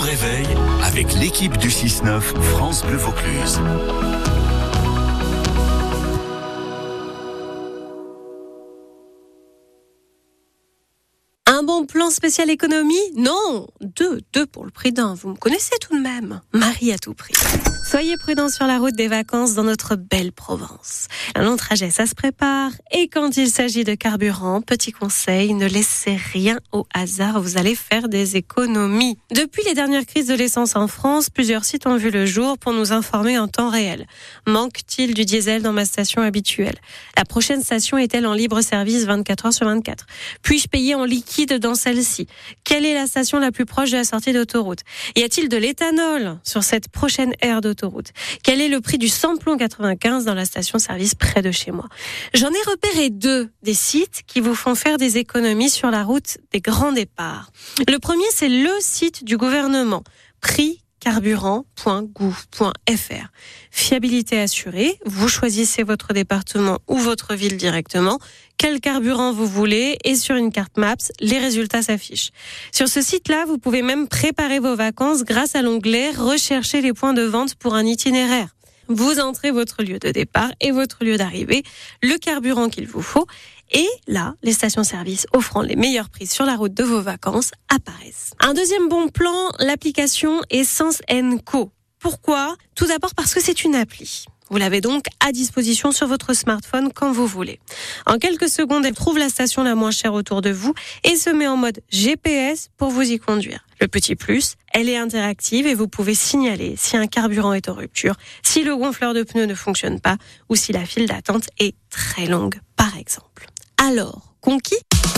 réveil avec l'équipe du 6-9 France Bleu Vaucluse. Un bon plan spécial économie ? Non, deux pour le prix d'un. Vous me connaissez tout de même. Marie à tout prix. Soyez prudents sur la route des vacances dans notre belle Provence. Un long trajet, ça se prépare. Et quand il s'agit de carburant, petit conseil, ne laissez rien au hasard. Vous allez faire des économies. Depuis les dernières crises de l'essence en France, plusieurs sites ont vu le jour pour nous informer en temps réel. Manque-t-il du diesel dans ma station habituelle ? La prochaine station est-elle en libre service 24 heures sur 24 ? Puis-je payer en liquide dans celle-ci ? Quelle est la station la plus proche de la sortie d'autoroute ? Y a-t-il de l'éthanol sur cette prochaine aire d'autoroute ? Quel est le prix du samplon 95 dans la station-service près de chez moi ? J'en ai repéré 2 des sites qui vous font faire des économies sur la route des grands départs. Le premier, c'est le site du gouvernement, prixcarburant.gouv.fr. Fiabilité assurée, vous choisissez votre département ou votre ville directement, quel carburant vous voulez et sur une carte Maps, les résultats s'affichent. Sur ce site-là, vous pouvez même préparer vos vacances grâce à l'onglet « Rechercher les points de vente pour un itinéraire ». Vous entrez votre lieu de départ et votre lieu d'arrivée, le carburant qu'il vous faut, et là, les stations-service offrant les meilleurs prix sur la route de vos vacances apparaissent. Un deuxième bon plan, l'application Essence & Co. Pourquoi ? Tout d'abord parce que c'est une appli. Vous l'avez donc à disposition sur votre smartphone quand vous voulez. En quelques secondes, elle trouve la station la moins chère autour de vous et se met en mode GPS pour vous y conduire. Le petit plus, elle est interactive et vous pouvez signaler si un carburant est en rupture, si le gonfleur de pneus ne fonctionne pas ou si la file d'attente est très longue, par exemple. Alors, conquis ?